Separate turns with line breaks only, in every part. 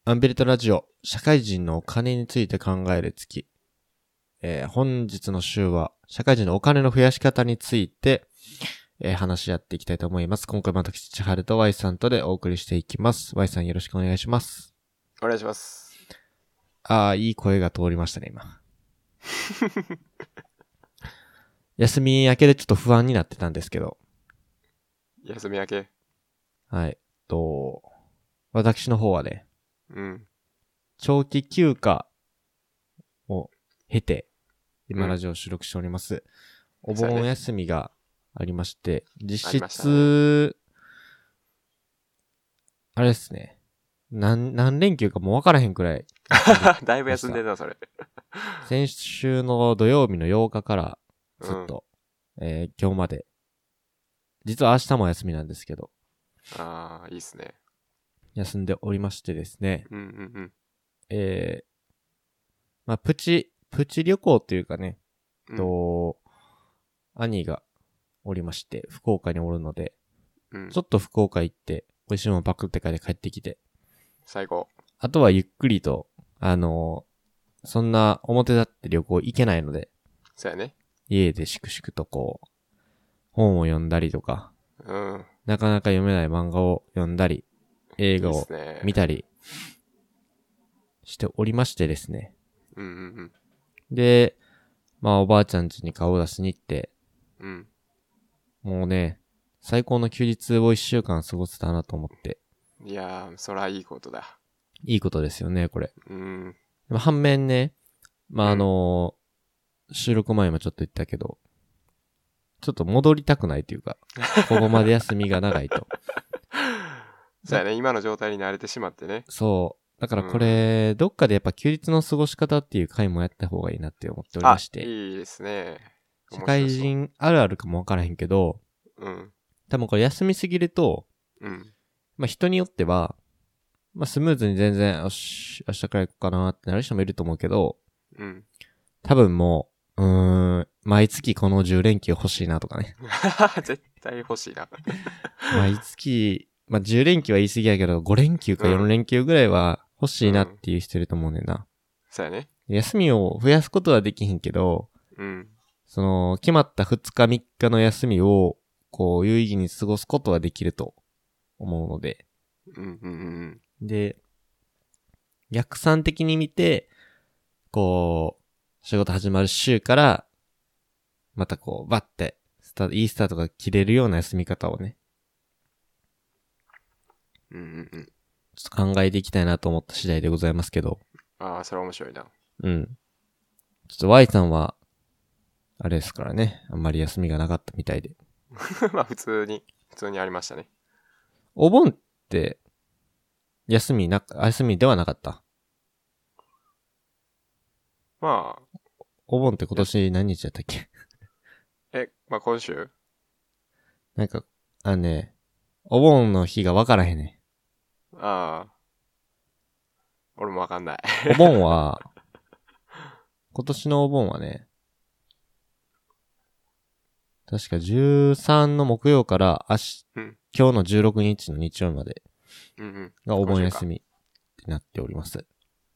アンビリットラジオ、社会人のお金について考える月。本日の週は、社会人のお金の増やし方について、話し合っていきたいと思います。今回も私、千春と Y さんとでお送りしていきます。Y さんよろしくお願いします。
お願いします。
いい声が通りましたね、今。休み明けでちょっと不安になってたんですけど。
休み明け。
はい。私の方はね、長期休暇を経て、今ラジオを収録しております。お盆休みがありまして、実質、あれですね。何連休かもう分からへんくらい。
だいぶ休んでるな、それ。
先週の土曜日の8日からずっと、今日まで。実は明日も休みなんですけど。
いいっすね。
休んでおりましてですね。まあ、プチ旅行というかね、兄がおりまして、福岡におるので、ちょっと福岡行って、美味しいものパクって帰ってきて。
最高。
あとはゆっくりと、そんな表立って旅行行けないので、
そうやね。
家でしくしくと本を読んだりとか、なかなか読めない漫画を読んだり、映画を見たりしておりましてですね。で、まあおばあちゃん家に顔を出しに行って、もうね、最高の休日を1週間過ごせたなと思って。
いやー、そらいいことだ。
いいことですよね、これ。反面ね、まあ収録前もちょっと言ったけど、ちょっと戻りたくないというか、ここまで休みが長いと。
そうやね、今の状態に慣れてしまってね。
そう。だからこれ、どっかでやっぱ休日の過ごし方っていう回もやった方がいいなって思っておりまして。
いいですね。
社会人あるあるかもわからへんけど、多分これ休みすぎると、まあ人によっては、まあスムーズに全然、よし、明日から行こうかなってなる人もいると思うけど、多分もう、毎月この10連休欲しいなとかね。
絶対欲しいな。
毎月、まあ10連休は言い過ぎやけど、5連休か4連休ぐらいは欲しいなっていう人いると思うねんな。
そうやね。
休みを増やすことはできひんけど、その、決まった2日3日の休みを、有意義に過ごすことはできると思うので。で、逆算的に見て、仕事始まる週から、またバッて、いいスタートが切れるような休み方をね。ちょっと考えていきたいなと思った次第でございますけど。
それは面白いな。
ちょっと Y さんは、あれですからね。あんまり休みがなかったみたいで。
まあ普通にありましたね。
お盆って、休みではなかった。
まあ。
お盆って今年何日やったっけ
まあ今週
なんか、お盆の日が分からへんね。
俺もわかんない。
お盆は、今年のお盆はね、確か13の木曜から今日の16日の日曜までがお盆休みってなっております。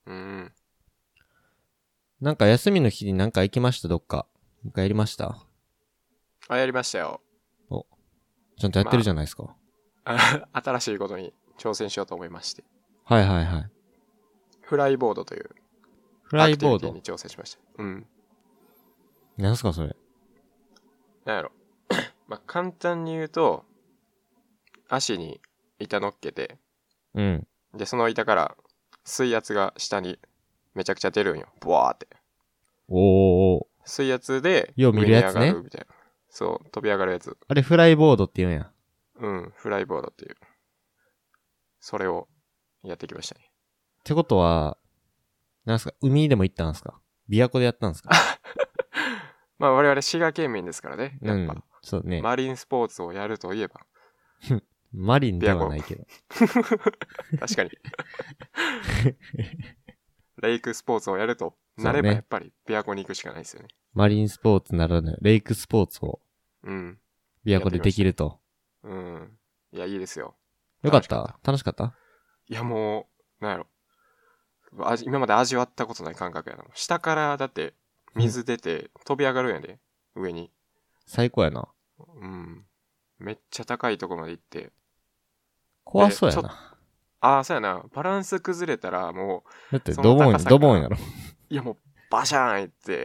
なんか休みの日になんか行きましたどっか。なんかやりました？
やりましたよ。
ちゃんとやってるじゃないですか。
新しいことに挑戦しようと思いまして。
はいはいはい。
フライボードという
フライボード
アクティビティに挑戦しました。
なんすかそれ。
なんやろ。まあ、簡単に言うと、足に板乗っけて、で、その板から水圧が下にめちゃくちゃ出るんよ。ブワーって。水圧で
上に上がる
みたいな。そう、飛び上がるやつ。
あれフライボードって言うんや。
フライボードっていう。それをやってきましたね。
ってことは、なんすか、海でも行ったんすか？琵琶湖でやったんすか？
まあ我々滋賀県民ですからね。やっぱ。
そうね。
マリンスポーツをやるといえば。
マリンではないけど。
確かに。レイクスポーツをやるとなればやっぱり琵琶湖に行くしかないですよね。
マリンスポーツならぬ、レイクスポーツを。琵琶湖でできると。
いや、いいですよ。
よかった？楽しかった？
いや、もう、なんやろ。 今まで味わったことない感覚やな。下からだって水出て飛び上がるんやで、上に。
最高やな。
うん。めっちゃ高いとこまで行って。
怖そうやな。
そうやな。バランス崩れたらも
う。だってドボンやろ。
いやもうバシャーンいって、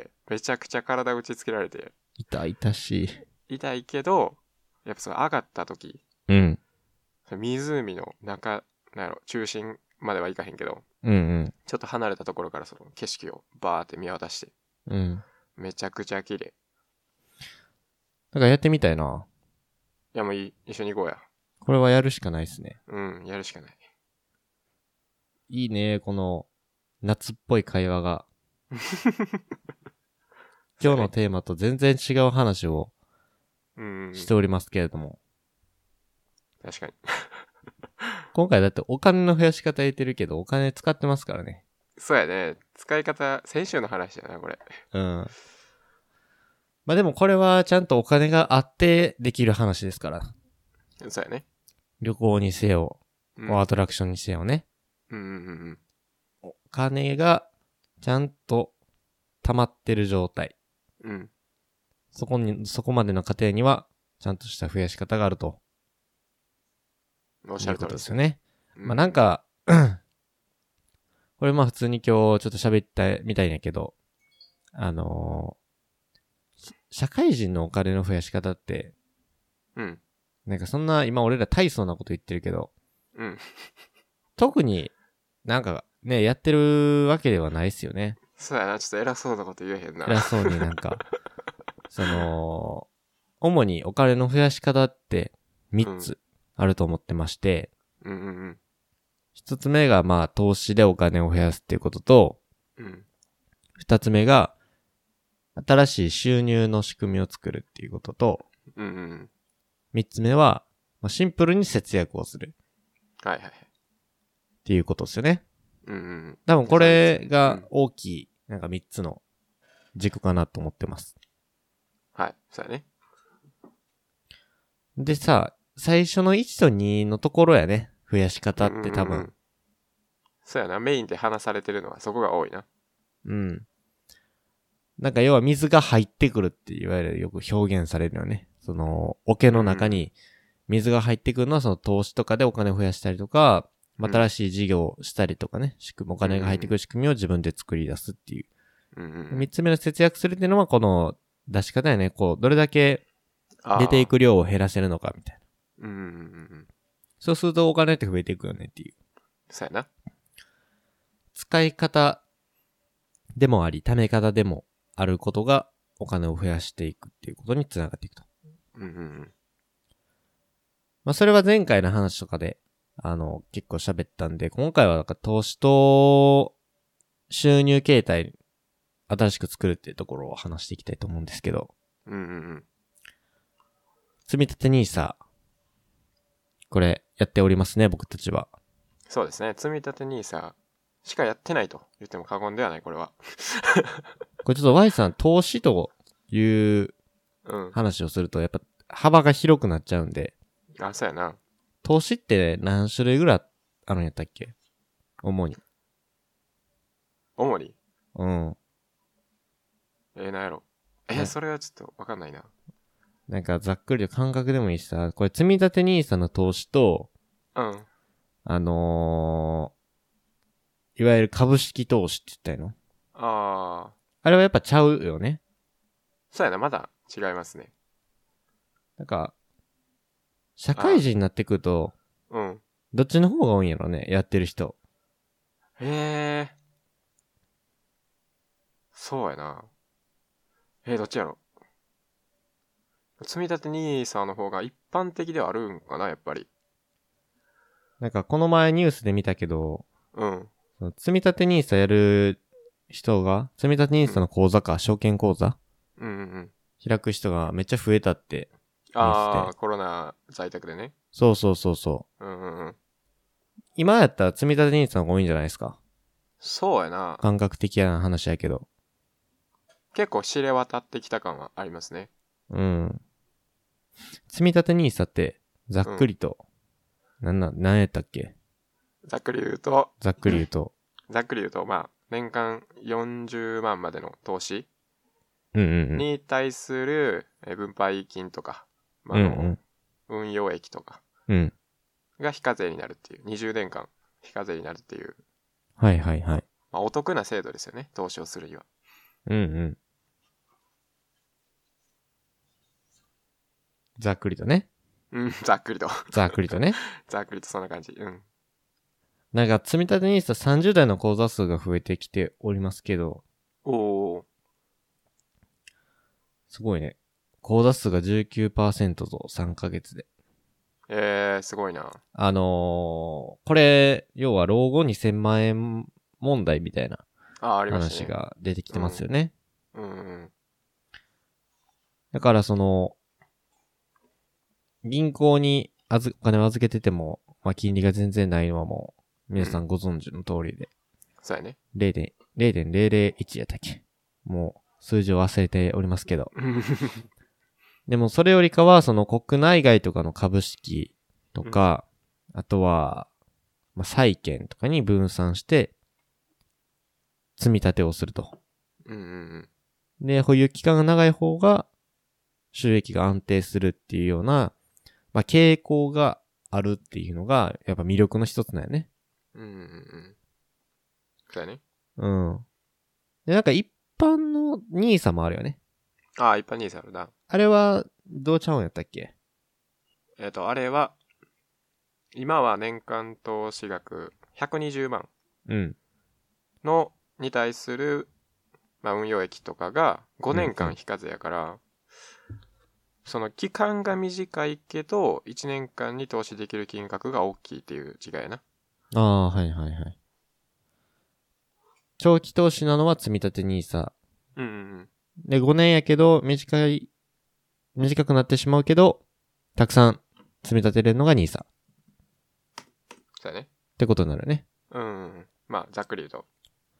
めちゃくちゃ体打ちつけられて。
痛し
い。痛いけど、やっぱその上がった時。
うん。
湖の中、なんやろ、中心までは行かへんけど。
うんうん。
ちょっと離れたところからその景色をバーって見渡して。
うん。
めちゃくちゃ綺麗。
だからやってみたいな。
いやもういい。一緒に行こうや。
これはやるしかないっすね。
うん、やるしかない。
いいね、この夏っぽい会話が。今日のテーマと全然違う話をしておりますけれども。
確かに。
今回だってお金の増やし方言ってるけど、お金使ってますからね。
そうやね。使い方、先週の話だな、これ。
うん。まあでもこれはちゃんとお金があってできる話ですから。
そうやね。
旅行にせよ、アトラクションにせよね。お金がちゃんと溜まってる状態。
うん。
そこまでの過程には、ちゃんとした増やし方があると。
おっしゃるとおり
ですよね。まあなんか、これまあ普通に今日ちょっと喋ったみたいんやけど、社会人のお金の増やし方って、なんかそんな今俺ら大層なこと言ってるけど、特になんかね、やってるわけではないっすよね。
そうやな、ちょっと偉そうなこと言えへんな。
偉そうになんか、主にお金の増やし方って3つあると思ってまして、1つ目がまあ投資でお金を増やすっていうことと、2つ目が新しい収入の仕組みを作るっていうことと、3つ目は、まあ、シンプルに節約をする。っていうことですよね。多分これが大きい、なんか3つの軸かなと思ってます。
はい、そうやね。
でさ、最初の1と2のところやね。増やし方って多分。
そうやな、メインで話されてるのはそこが多いな。
なんか要は水が入ってくるっていわゆるよく表現されるよね。その、桶の中に水が入ってくるのはその投資とかでお金を増やしたりとか、新しい事業をしたりとかね、お金が入ってくる仕組みを自分で作り出すっていう。3つ目の節約するっていうのはこの出し方やね。こう、どれだけ出ていく量を減らせるのかみたいな。そうするとお金って増えていくよねっていう。
そうやな。
使い方でもあり、貯め方でもあることがお金を増やしていくっていうことにつながっていくと。まあそれは前回の話とかで、結構喋ったんで、今回はなんか投資と収入形態新しく作るっていうところを話していきたいと思うんですけど。積み立て NISA。これやっておりますね、僕たちは。
そうですね。積み立て NISA しかやってないと言っても過言ではない、これは。
これちょっと Y さん、投資という話をすると、やっぱ幅が広くなっちゃうんで。
そうやな。
投資って何種類ぐらいあるんやったっけ？主に。
主に？
なん
やろ。それはちょっとわかんないな。
なんかざっくりと感覚でもいいしさ、これ積み立て NISA の投資と、いわゆる株式投資って言ったの？あれはやっぱちゃうよね。
そうやな、まだ違いますね。
なんか、社会人になってくると、どっちの方が多いんやろね、やってる人。
そうやな。どっちやろ。積み立て NISA の方が一般的ではあるんかな、やっぱり。
なんかこの前ニュースで見たけど、積み立て NISA やる人が、積み立て NISA の口座か、証券口座開く人がめっちゃ増えたって。
コロナ在宅でね。
そう。今やったら積み立て NISA の方が多いんじゃないですか。
そうやな。
感覚的な話やけど。
結構知れ渡ってきた感はありますね。
積み立て NISA って、ざっくりと、なんやったっけ？
ざっくり言うと、 ざっくり言うと、まあ、年間40万までの投資に対する分配金とか、まあ運用益とかが非課税になるっていう、20年間非課税になるっていう。
はいはいはい。
まあ、お得な制度ですよね、投資をするには。
ざっくりとね。
ざっくりと。
ざっくりとね。
ざっくりとそんな感じ。
なんか、積み立て NISA 30代の口座数が増えてきておりますけど。すごいね。口座数が 19% 増3ヶ月で。
すごいな。
これ、要は老後2000万円問題みたいな話が出てきてますよね。だから銀行にお金を預けてても、まあ、金利が全然ないのはもう、皆さんご存知の通りで。
そうやね。
0.001 やったっけ？もう、数字を忘れておりますけど。でもそれよりかは、国内外とかの株式とか、あとは、まあ、債券とかに分散して、積み立てをすると。で、保有期間が長い方が、収益が安定するっていうような、まあ、傾向があるっていうのが、やっぱ魅力の一つだよね。
そうやね。
で、なんか一般のNISAもあるよね。
一般NISAあるな。
あれは、どうちゃうんやったっけ？
あれは、今は年間投資額120万に対する、まあ、運用益とかが5年間非課税やから、その期間が短いけど、1年間に投資できる金額が大きいっていう違いやな。
はいはいはい。長期投資なのは積み立て NISA。で、5年やけど、短くなってしまうけど、たくさん積み立てれるのが NISA。
そうやね。
ってことになるね。
まあ、ざっくり言うと。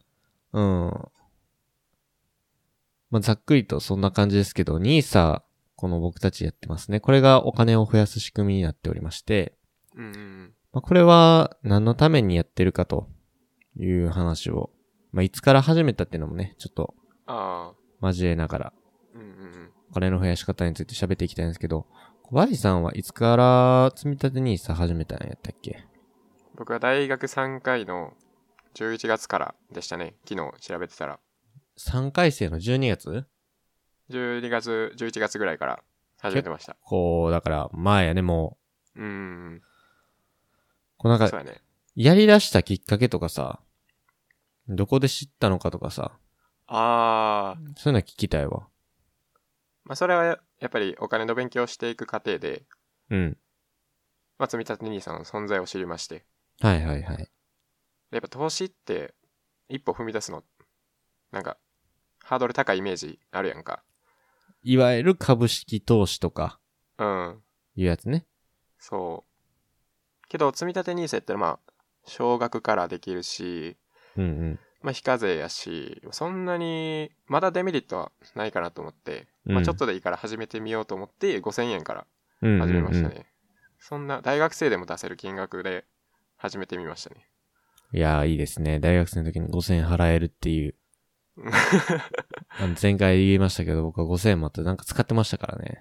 まあ、ざっくりとそんな感じですけど、NISA、この僕たちやってますね。これがお金を増やす仕組みになっておりまして、まあ、これは何のためにやってるかという話を、まあ、いつから始めたっていうのもね、ちょっと、交えながら、お金の増やし方について喋っていきたいんですけど、小林さんはいつから積み立て NISA 始めたんやったっけ？
僕は大学3回の11月からでしたね。昨日調べてたら。
3回生の12月
?12 月、11月ぐらいから始めてました。
だから前やね、もう。なんか、
そうやね。
やり出したきっかけとかさ、どこで知ったのかとかさ。そういうの聞きたいわ。
まあ、それはやっぱりお金の勉強をしていく過程で、まあ、積み立て NISA の存在を知りまして。
はいはいはい。
やっぱ投資って一歩踏み出すの、なんか、ハードル高いイメージあるやんか。
いわゆる株式投資とか。いうやつね。
そう。けど、積み立て NISA ってまあ、少額からできるし、まあ、非課税やし、そんなに、まだデメリットはないかなと思って、まあ、ちょっとでいいから始めてみようと思って、5000円から始めましたね。そんな、大学生でも出せる金額で始めてみましたね。
いやー、いいですね。大学生の時に5000円払えるっていう。前回言いましたけど、僕は5000円もあってなんか使ってましたからね。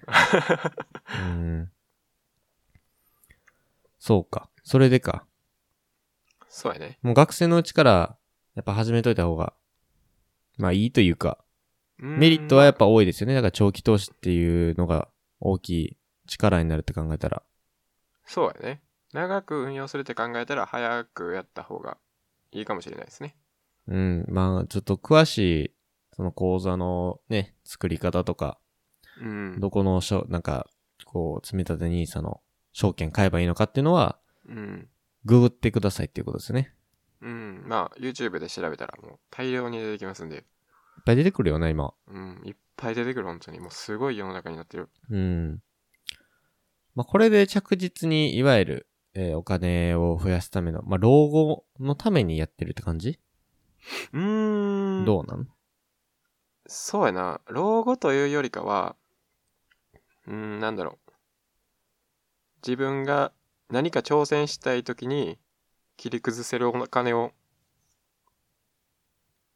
そうか。それでか。
そうやね。
もう学生のうちから、やっぱ始めといた方が、まあいいというか、メリットはやっぱ多いですよね。だから長期投資っていうのが大きい力になるって考えたら。
そうやね。長く運用するって考えたら早くやった方がいいかもしれないですね。
まあちょっと詳しい、その口座のね、作り方とか、どこのなんか、積み立て NISA の証券買えばいいのかっていうのは、ググってくださいっていうことですね。
まあ YouTube で調べたらもう大量に出てきますんで。いっ
ぱい出てくるよね、今。
いっぱい出てくる、本当に。もうすごい世の中になってる。
まあこれで着実に、いわゆる、お金を増やすための、まあ老後のためにやってるって感じ？どうなん？
そうやな。老後というよりかは、なんだろう。自分が何か挑戦したいときに切り崩せるお金を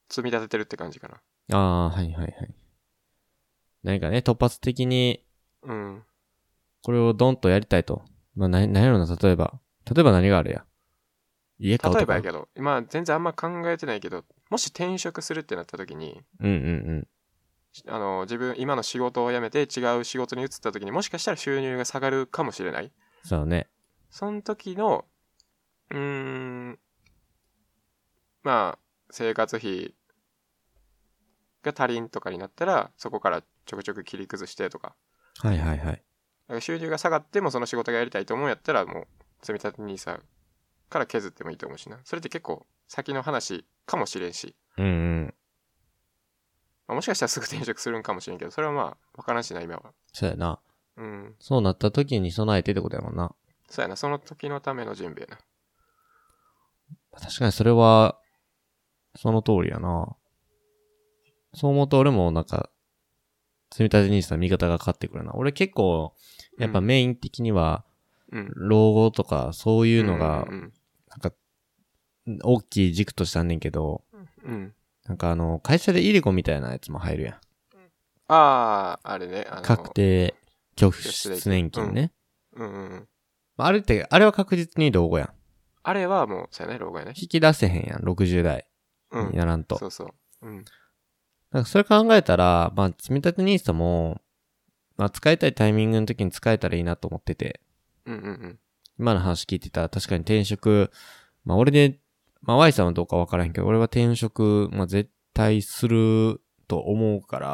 積み立ててるって感じかな。
ああ、はいはいはい。何かね、突発的に、
うん。
これをドンとやりたいと。まあ、何やろな、例えば何があるや。家買うとか。
例えばやけど、今全然あんま考えてないけど、もし転職するってなった時に、
うんうん
自分、今の仕事を辞めて違う仕事に移った時にもしかしたら収入が下がるかもしれない。
そうね。
その時の、まあ、生活費が足りんとかになったら、そこからちょくちょく切り崩してとか。
はいはいはい。
だから収入が下がってもその仕事がやりたいと思うんやったら、もう、積み立て NISA から削ってもいいと思うしな。それって結構先の話かもしれんし。
うんうん。
まあ、もしかしたらすぐ転職するんかもしれんけど、それはまあ、わからんしな、今は。
そうやな。
うん。
そうなった時に備えてってことやもんな。
そうやな、その時のための準備やな。
確かにそれは、その通りやな。そう思うと俺もなんか、積み立て NISA の見方が変わってくるな。俺結構、やっぱメイン的には、老後とかそういうのが、なんか、大きい軸としてあんねんけど、なんか会社でイデコみたいなやつも入るやん。
ああ、あれね。
確定拠出年金ね。あれは確実に老後やん。
あれはもう、そうやね、老後やね。
引き出せへんやん、60代にならんと。
そうそう。
なんかそれ考えたら、まあ、積み立て NISA も、まあ、使いたいタイミングの時に使えたらいいなと思ってて。今の話聞いてたら確かに転職、まあ俺で、まあ Y さんはどうかわからへんけど、俺は転職、まあ絶対すると思うから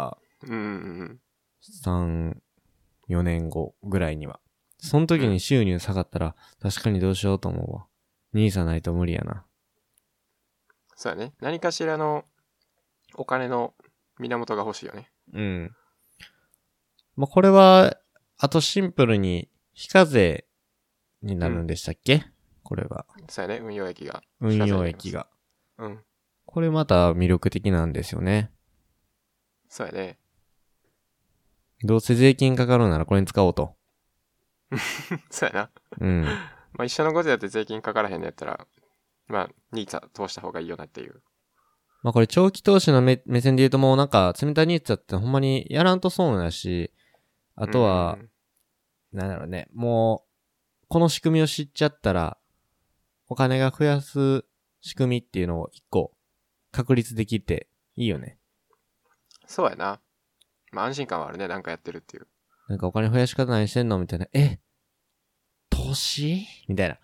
、3、4年後ぐらいには。その時に収入下がったら、確かにどうしようと思うわ。NISAないと無理やな。
そうやね。何かしらのお金の源が欲しいよね。
うん。まあこれは、あとシンプルに非課税になるんでしたっけ、これは。
そうやね、運用益が。
運用益が。
うん。
これまた魅力的なんですよね。
そうやね。
どうせ税金かかるならこれに使おうと。
そうやな。
うん。
まあ一緒のことやって税金かからへんのやったら、まあ、NISA 通した方がいいよなっていう。
まあこれ長期投資の目線で言うともうなんか、積み立て NISA ってほんまにやらんと損だし、あとは、なんだろうね、もう、この仕組みを知っちゃったら、お金が増やす仕組みっていうのを一個確立できていいよね。
そうやな。まあ安心感はあるね、なんかやってるっていう。
なんかお金増やし方何してんのみたいな。投資みたいな。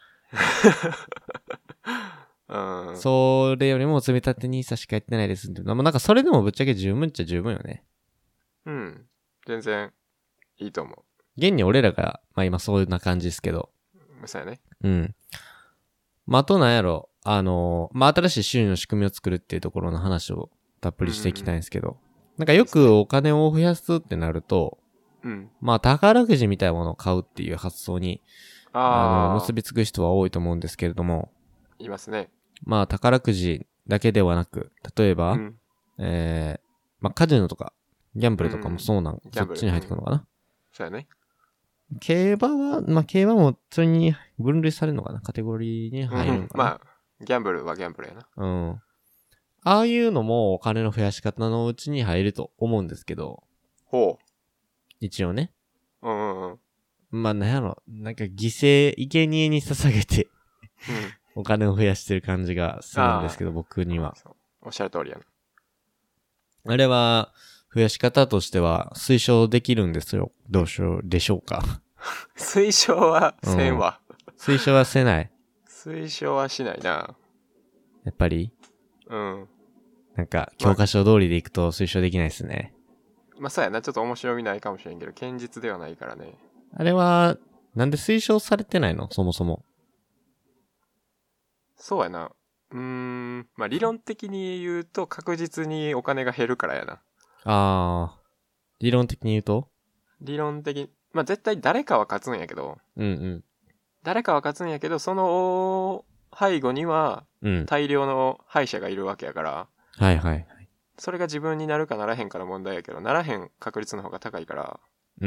それよりも積み立て NISA しかやってないですって。まあなんかそれでもぶっちゃけ十分っちゃ十分よね。
うん。全然いいと思う。
現に俺らが、まあ今そういうな感じですけど。
そうやね。
うん。まああとなんやろ。まあ新しい収入の仕組みを作るっていうところの話をたっぷりしていきたいんですけど。なんかよくお金を増やすってなると、まあ宝くじみたいなものを買うっていう発想に、結びつく人は多いと思うんですけれども。
いますね。
まあ宝くじだけではなく、例えば、まあカジノとか、ギャンブルとかもそうなん、そっちに入ってくるのかな。
そうやね。
競馬は、まあ競馬もそれに分類されるのかな、カテゴリーに入るのかな。
まあ、ギャンブルはギャンブルやな。
うん。ああいうのもお金の増やし方のうちに入ると思うんですけど。
ほう。
一応ね。まあなんやろ、なんか生贄に捧げてお金を増やしてる感じがするんですけど、僕には。
おっしゃる通りやな。
あれは、増やし方としては推奨できるんですよ。どうしようでしょうか。
推奨はせんわ。
推奨はせない。
推奨はしないな。
やっぱりなんか、教科書通りでいくと推奨できないですね。
まあそうやな。ちょっと面白みないかもしれんけど、堅実ではないからね。
あれは、なんで推奨されてないのそもそも。
そうやな。まあ理論的に言うと確実にお金が減るからやな。
理論的に言うと
理論的、まあ絶対誰かは勝つんやけど、誰かは勝つんやけど、その背後には大量の敗者がいるわけやから、
はいはいはい。
それが自分になるかならへんから問題やけど、ならへん確率の方が高いから、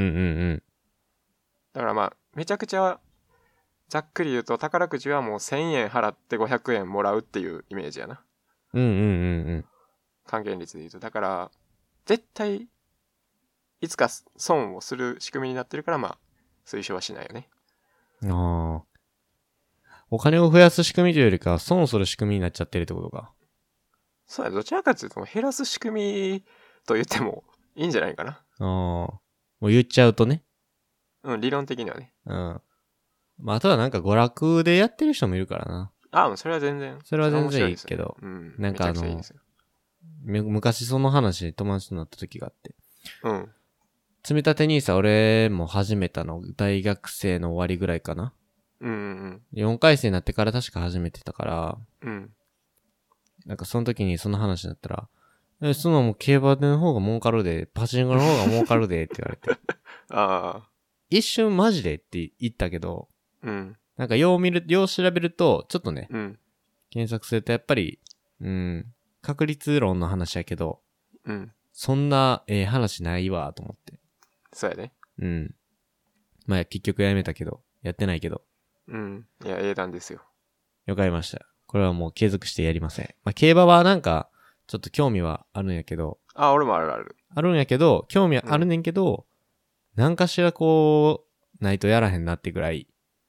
だからまあ、めちゃくちゃ、ざっくり言うと宝くじはもう1000円払って500円もらうっていうイメージやな。 還元率で言うと。だから、絶対、いつか損をする仕組みになってるから、まあ、推奨はしないよね。
ああ。お金を増やす仕組みというよりか、損する仕組みになっちゃってるってことか。
そうや、どちらかというと、減らす仕組みと言ってもいいんじゃないかな。あ
あ。もう言っちゃうとね。
うん、理論的にはね。
うん。まあ、あとはなんか娯楽でやってる人もいるからな。
それは全然。
それは全然いいけど。
うん。
なんか
いいですよ
昔その話友達となった時があって。
うん。
積み立て NISA 俺も始めたの大学生の終わりぐらいかな。
うんうん
4回生になってから確か始めてたから、
うん。
なんかその時にその話になったら、そんなもう競馬の方が儲かるで、パチンコの方が儲かるでって言われて。
ああ。
一瞬マジでって言ったけど、
うん。
なんかよう調べると、ちょっとね、
うん。
検索するとやっぱり、確率論の話やけど、
うん。
そんな、話ないわ、と思って。
そうやね。
うん。まあ、結局やめたけど、やってないけど。
うん。いや、英断ですよ。
わかりました。これはもう継続してやりません。まあ、競馬はなんか、ちょっと興味はあるんやけど。
俺もあるある。
あるんやけど、興味はあるねんけど、なんかしらこう、ないとやらへんなってぐらい。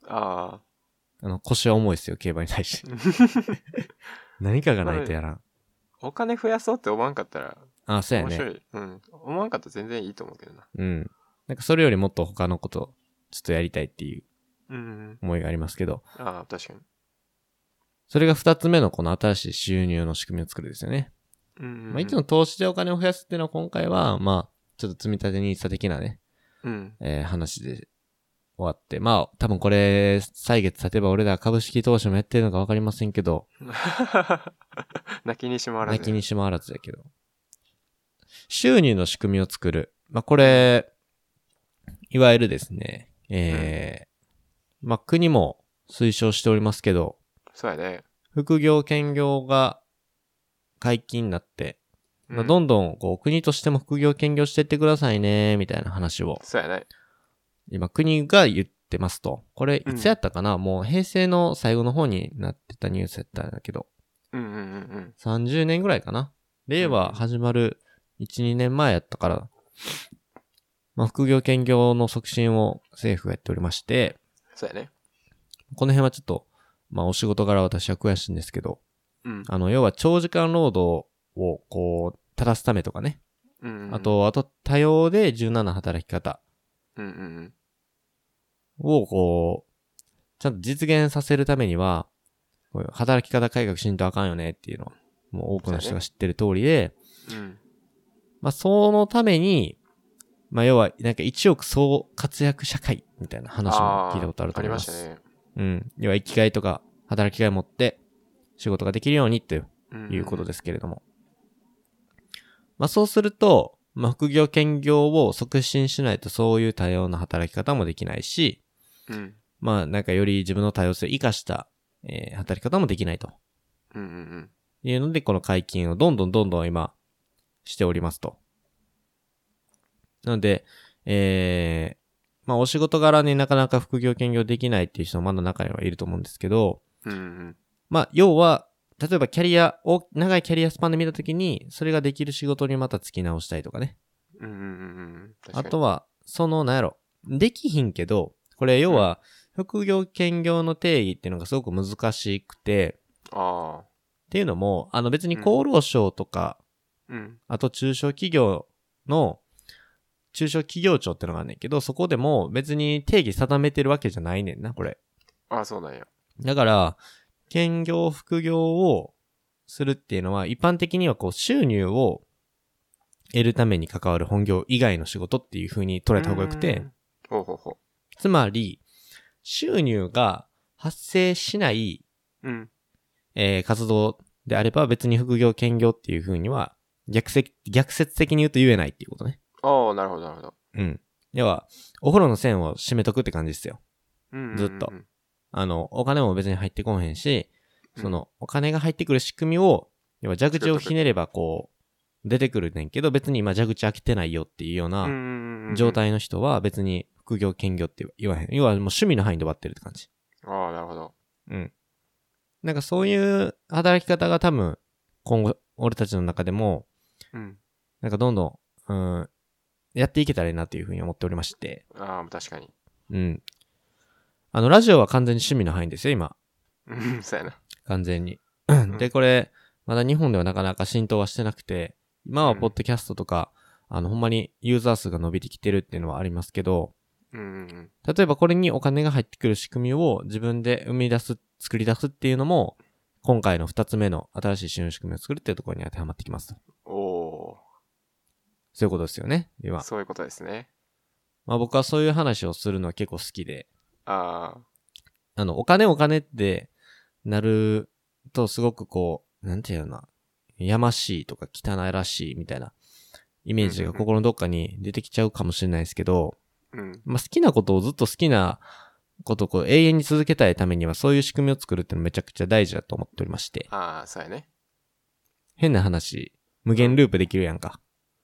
腰は重いですよ、競馬に対して。何かがないとやらん。
お金増やそうって思わんかったら、
そうやね。
面白い。うん。思わんかったら全然いいと思うけどな。
うん。なんかそれよりもっと他のこと、ちょっとやりたいっていう、思いがありますけど。
確かに。
それが二つ目のこの新しい収入の仕組みを作るですよね。まあ、いつも投資でお金を増やすっていうのは今回は、まあ、ちょっと積み立て NISA 的なね、話で終わって。まあ、多分これ、歳月経てば俺ら株式投資もやってるのかわかりませんけど。
泣きにしまわらず。
泣きにしまわらずだけど。収入の仕組みを作る。まあ、これ、いわゆるですね、まあ、国も推奨しておりますけど、
そうやね。
副業、兼業が解禁になって、まあ、どんどんこう国としても副業、兼業してってくださいね、みたいな話を。
そうやね。
今国が言ってますと。これいつやったかな、もう平成の最後の方になってたニュースやったんだけど。30年ぐらいかな。令和始まる1、2年前やったから、まあ、副業、兼業の促進を政府がやっておりまして、
そうやね。
この辺はちょっと、まあお仕事柄私は詳しいんですけど、要は長時間労働をこう、正すためとかね。あと多様で柔軟な働き方。をこう、ちゃんと実現させるためには、こういう働き方改革しんとあかんよねっていうのは、もう多くの人が知ってる通りで、まあそのために、まあ要はなんか一億総活躍社会みたいな話も聞いたことあると思います。
ありましたね。
要は生きがいとか働きがいを持って仕事ができるようにということですけれども。まあそうすると、まあ副業兼業を促進しないとそういう多様な働き方もできないし、まあなんかより自分の多様性を生かした、働き方もできないと。いうのでこの解禁をどんどん今しておりますと。なので、まあお仕事柄になかなか副業兼業できないっていう人もまだ中にはいると思うんですけど、まあ要は、例えば長いキャリアスパンで見たときに、それができる仕事にまた突き直したいとかね。あとは、なんやろ、できひんけど、これ要は、副業兼業の定義っていうのがすごく難しくて、っていうのも、別に厚労省とか、あと中小企業庁ってのがあんねんけど、そこでも別に定義定めてるわけじゃないねんな、これ。
そうなんや。
だから、兼業、副業をするっていうのは、一般的にはこう、収入を得るために関わる本業以外の仕事っていう風に捉えた方がよくて、つまり、収入が発生しない、活動であれば別に副業、兼業っていう風には、逆説的に言うと言えないっていうことね。
なるほど、なるほど。
要は、お風呂の線を締めとくって感じですよ。ずっと。お金も別に入ってこんへんし、お金が入ってくる仕組みを、要は蛇口をひねればこう、出てくるねんけど、別に今蛇口開けてないよっていうような状態の人は別に副業、兼業って言わへん。要はもう趣味の範囲で終わってるって感じ。
なるほど。
なんかそういう働き方が多分、今後俺たちの中でも、
うん。
なんかどんどん、やっていけたらいいなっていうふうに思っておりまして。
ああ、確かに。
うん。ラジオは完全に趣味の範囲ですよ、今。
うん、そうやな。
完全に。
うん
で、これ、まだ日本ではなかなか浸透はしてなくて、今はポッドキャストとか、ほんまにユーザー数が伸びてきてるっていうのはありますけど、
うん。
例えばこれにお金が入ってくる仕組みを自分で作り出すっていうのも、今回の2つ目の新しい収入仕組みを作るっていうところに当てはまってきますと。
おー。
そういうことですよね、今。
そういうことですね。
まあ僕はそういう話をするのは結構好きで、
あ
お金ってなるとすごくこう、なんていうのな、やましいとか汚いらしいみたいなイメージが心のどっかに出てきちゃうかもしれないですけど、まあ好きなことをずっと好きなことをこう永遠に続けたいためにはそういう仕組みを作るってのめちゃくちゃ大事だと思っておりまして。
ああ、そうやね。
変な話、無限ループできるやんか。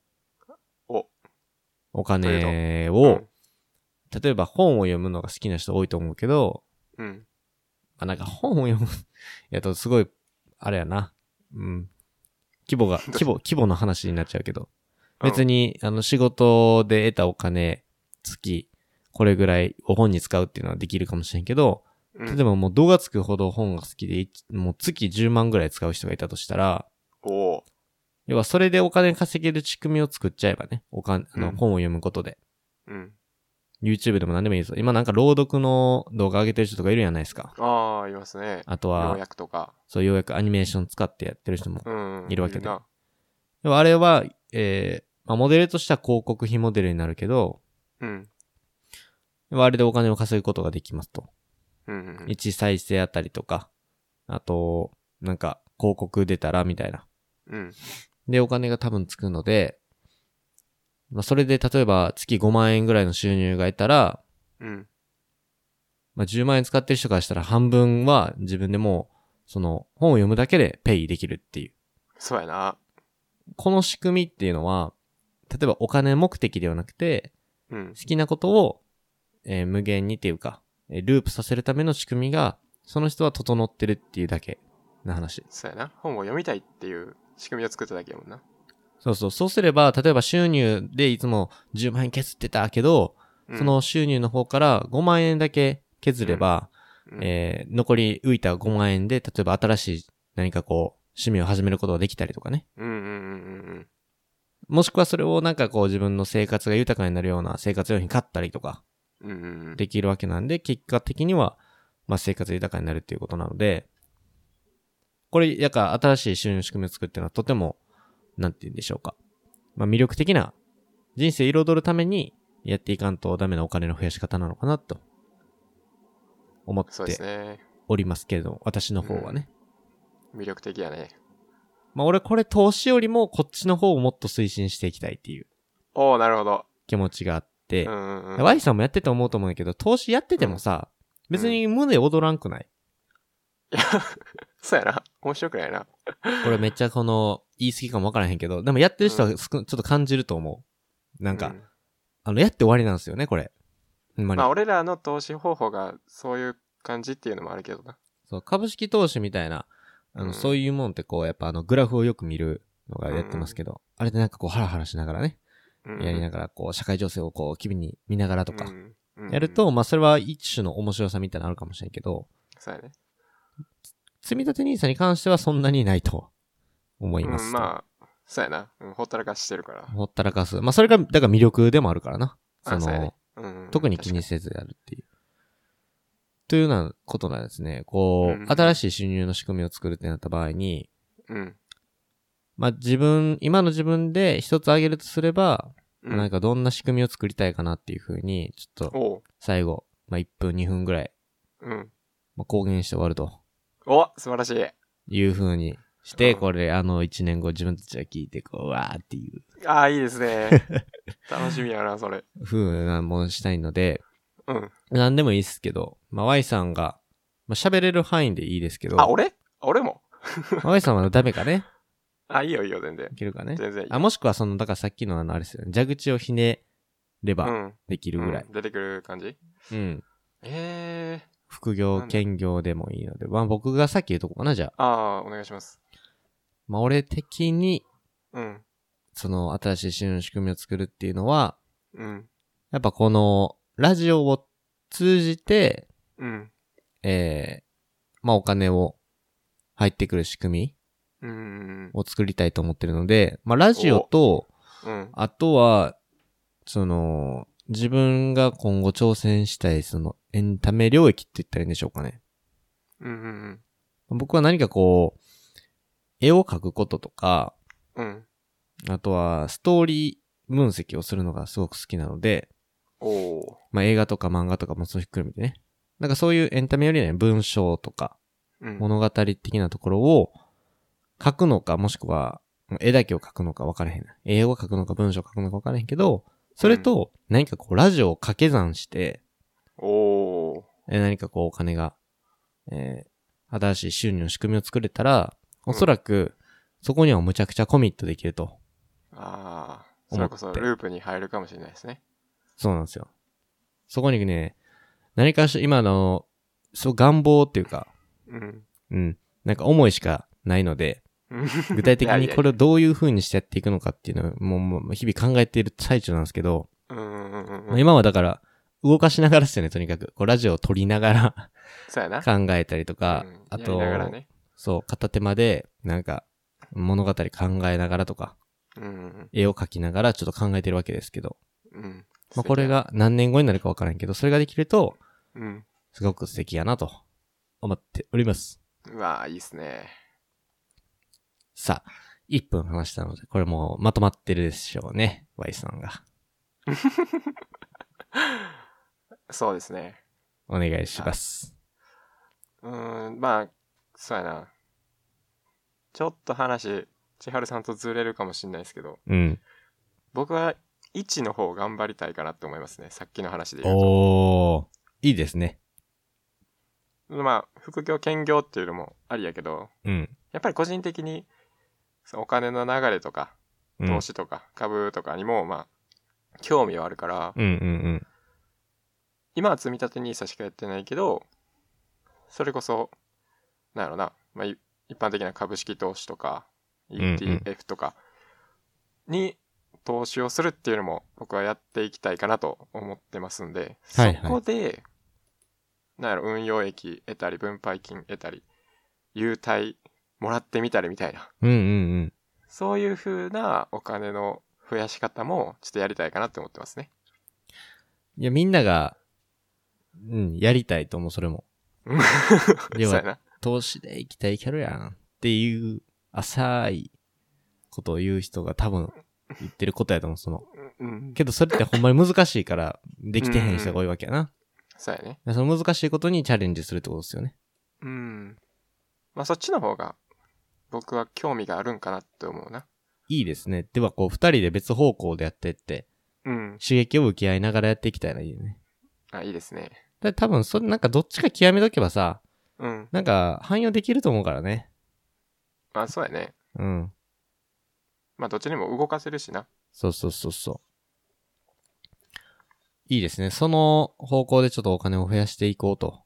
お金を、例えば本を読むのが好きな人多いと思うけど、まあなんか本を読むやとすごい、あれやな。規模の話になっちゃうけど。別に、仕事で得たお金、月、これぐらいを本に使うっていうのはできるかもしれんけど、例えばもう動画つくほど本が好きで、もう月10万ぐらい使う人がいたとしたら、要はそれでお金稼げる仕組みを作っちゃえばね、本を読むことで。YouTube でも何でもいいですよ。今なんか朗読の動画上げてる人とかいるじゃないですか。
ああ、いますね。
あとは、
要約とか。
そう、要約アニメーション使ってやってる人もいるわけで。
で
もあれは、まあ、モデルとしては広告費モデルになるけど、あれでお金を稼ぐことができますと。1再生あたりとか、あと、なんか広告出たらみたいな。で、お金が多分つくので、まあ、それで例えば月5万円ぐらいの収入が得たら、まあ、10万円使ってる人からしたら半分は自分でもう、その本を読むだけでペイできるっていう。
そうやな。
この仕組みっていうのは、例えばお金目的ではなくて、好きなことを、無限にっていうか、ループさせるための仕組みが、その人は整ってるっていうだけの話。
そうやな。本を読みたいっていう仕組みを作っただけやもんな。
そうそう。そうすれば、例えば収入でいつも10万円削ってたけど、その収入の方から5万円だけ削れば、残り浮いた5万円で、例えば新しい何かこう、趣味を始めることができたりとかね。もしくはそれをなんかこう自分の生活が豊かになるような生活用品買ったりとか、できるわけなんで、結果的には、まあ生活が豊かになるっていうことなので、これ、やか新しい収入仕組みを作っていうのはとても、なんて言うんでしょうか。まあ魅力的な人生彩るためにやっていかんとダメなお金の増やし方なのかなと思っておりますけれども、私の方はね。
魅力的やね。
まあ俺これ投資よりもこっちの方をもっと推進していきたいっていう。
なるほど。
気持ちがあって、Y さんもやってて思うと思うんだけど、投資やっててもさ、別に胸躍らんくない？
いや、そうやな。面白くないな。
これめっちゃこの、言い過ぎかもわからへんけど、でもやってる人はちょっと感じると思う。なんか、やって終わりなんですよね、これ。
まあ俺らの投資方法がそういう感じっていうのもあるけどな。
そう、株式投資みたいな、そういうもんってこう、やっぱグラフをよく見るのがやってますけど、あれでなんかこう、ハラハラしながらね、やりながら、こう、社会情勢をこう、機微に見ながらとか、やると、まあそれは一種の面白さみたいなのあるかもしれんけど、
そうやね。
積み立て NISA に関してはそんなにないと思いますと。
まあ、そうやな。ほったらかしてるから。
ほったらかす。まあそれが、だから魅力でもあるからな。特に気にせずやるっていう。というようなことなんですね。こう、新しい収入の仕組みを作るってなった場合に、まあ今の自分で一つ挙げるとすれば、なんかどんな仕組みを作りたいかなっていう風に、ちょっと、最後、まあ1分2分ぐらい、まあ公言して終わると。
素晴らしい。
いう風にして、これ1年後自分たちが聞いて、こう、わーっていう。
いいですね。楽しみやな、それ。
風なものしたいので、なんでもいいですけど、まあ Y さんが、まあ喋れる範囲でいいですけど。
俺も
Y さんはダメかね
いいよいいよ、全然。
いけるかね
全然いい。
もしくはだからさっきのあれですよね。蛇口をひねればできるぐらい。
出てくる感じ？副
業、兼業でもいいので。まあ僕がさっき言うとこかな、じゃ
あ。お願いします。
まあ俺的に、
うん。
その新しい収入の仕組みを作るっていうのは、
うん。
やっぱこのラジオを通じて、
うん。
まあお金を入ってくる仕組みを作りたいと思ってるので、まあラジオと、あとは、その、自分が今後挑戦したいそのエンタメ領域って言ったらいいんでしょうかね。僕は何かこう、絵を描くこととか、あとはストーリー分析をするのがすごく好きなので、まあ映画とか漫画とかもそうひっくるめてね。なんかそういうエンタメよりね、文章とか、物語的なところを書くのか、もしくは絵だけを描くのか分からへん。絵を描くのか文章を書くのか分からへんけど、それと何かこうラジオを掛け算して、何かこうお金が、新しい収入の仕組みを作れたら、おそらくそこにはむちゃくちゃコミットできると。
ああ、それこそループに入るかもしれないですね。
そうなんですよ。そこにね、何かし今の、そう願望っていうか、なんか思いしかないので、具体的にこれをどういう風にしてやっていくのかっていうのをもう日々考えている最中なんですけど、今はだから動かしながらですよね、とにかく。こうラジオを撮りながら考えたりとか、あと、そう、片手間でなんか物語考えながらとか、絵を描きながらちょっと考えてるわけですけど、まあこれが何年後になるかわからんけど、それができると、すごく素敵やなと思っております。
うわー、いいっすね。
さあ、1分話したので、これもうまとまってるでしょうね、Y さんが。
そうですね。
お願いします。
まあ、そうやな。ちょっと話、千春さんとずれるかもしれないですけど、僕は1の方頑張りたいかなって思いますね。さっきの話で言うと。
いいですね。
まあ、副業、兼業っていうのもありやけど、やっぱり個人的に、お金の流れとか、投資とか、株とかにも、まあ、興味はあるから、今は積み立て NISA しかやってないけど、それこそ、なんやろな、まあ、一般的な株式投資とか、ETF とかに投資をするっていうのも僕はやっていきたいかなと思ってますんで、そこで、なんやろ、運用益得たり、分配金得たり、優待もらってみたりみたいな。そういう風なお金の増やし方もちょっとやりたいかなって思ってますね。
いや、みんなが、やりたいと思う、それも。要は、投資で生きたいキャラやんっていう浅いことを言う人が多分言ってることやと思う、その。けどそれってほんまに難しいからできてへん人が多いわけやな。
そうやね。
その難しいことにチャレンジするってことですよね。
まあそっちの方が僕は興味があるんかなって思うな。
いいですね。ではこう二人で別方向でやってって、刺激を受け合いながらやっていきたいらいいよね。
あ、いいですね。
で多分それなんかどっちか極めとけばさ、なんか汎用できると思うからね。
あ、そうやね。まあどっちにも動かせるしな。
そう。いいですね。その方向でちょっとお金を増やしていこうと。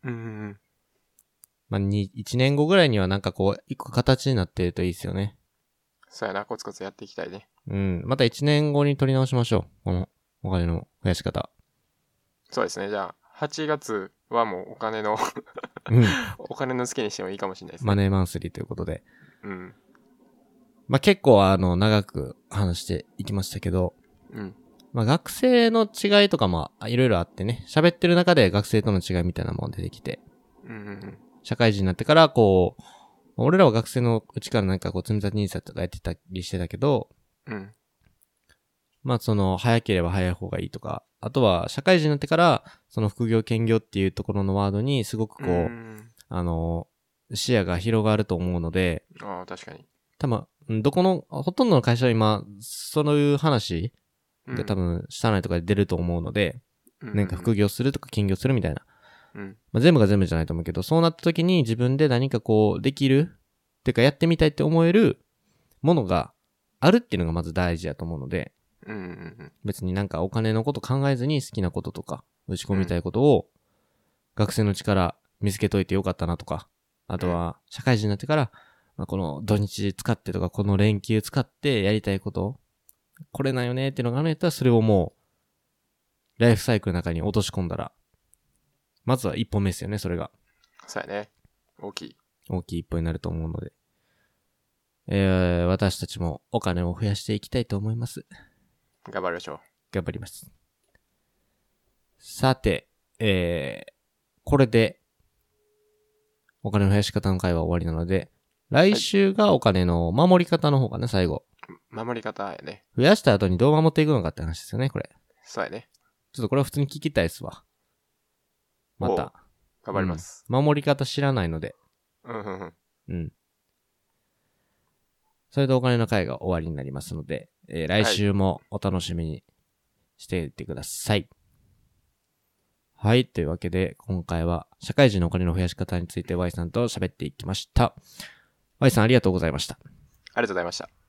まあ、1年後ぐらいにはなんかこう、一個形になってるといいですよね。
そうやな、コツコツやっていきたいね。
また1年後に取り直しましょう。このお金の増やし方。
そうですね。じゃあ、8月はもうお金のお金の好きにしてもいいかもしれないですね。
マネーマンスリーということで。まあ、結構長く話していきましたけど、まあ、学生の違いとかもいろいろあってね、喋ってる中で学生との違いみたいなもの出てきて、社会人になってからこう、俺らは学生のうちからなんかこう積み立て NISA とかやってたりしてたけど、まあその早ければ早い方がいいとか、あとは社会人になってからその副業兼業っていうところのワードにすごくこう、視野が広がると思うので、
確かに。
多分、ほとんどの会社は今、そういう話が多分、社内とかで出ると思うので、なんか副業するとか兼業するみたいな。まあ、全部が全部じゃないと思うけど、そうなった時に自分で何かこう、できるっていうかやってみたいって思えるものがあるっていうのがまず大事だと思うので、別になんかお金のこと考えずに好きなこととか、打ち込みたいことを学生のうちから見つけといてよかったなとか、あとは社会人になってから、 まあ、この土日使ってとか、この連休使ってやりたいこと、これなんよねっていうのがあるんやったら、それをもう、ライフサイクルの中に落とし込んだら、まずは一歩目ですよね、それが。
そうやね。大きい
一歩になると思うので。私たちもお金を増やしていきたいと思います。
頑張りましょう。
頑張ります。さて、これで、お金の増やし方の回は終わりなので、来週がお金の守り方の方かな、最後。
守り方やね。
増やした後にどう守っていくのかって話ですよね、これ。
そうやね。
ちょっとこれは普通に聞きたいですわ。また。
頑張ります、
守り方知らないので。うん。それでお金の回が終わりになりますので、来週もお楽しみにしていってください。はい。というわけで、今回は社会人のお金の増やし方について Y さんと喋っていきました。Y さんありがとうございました。
ありがとうございました。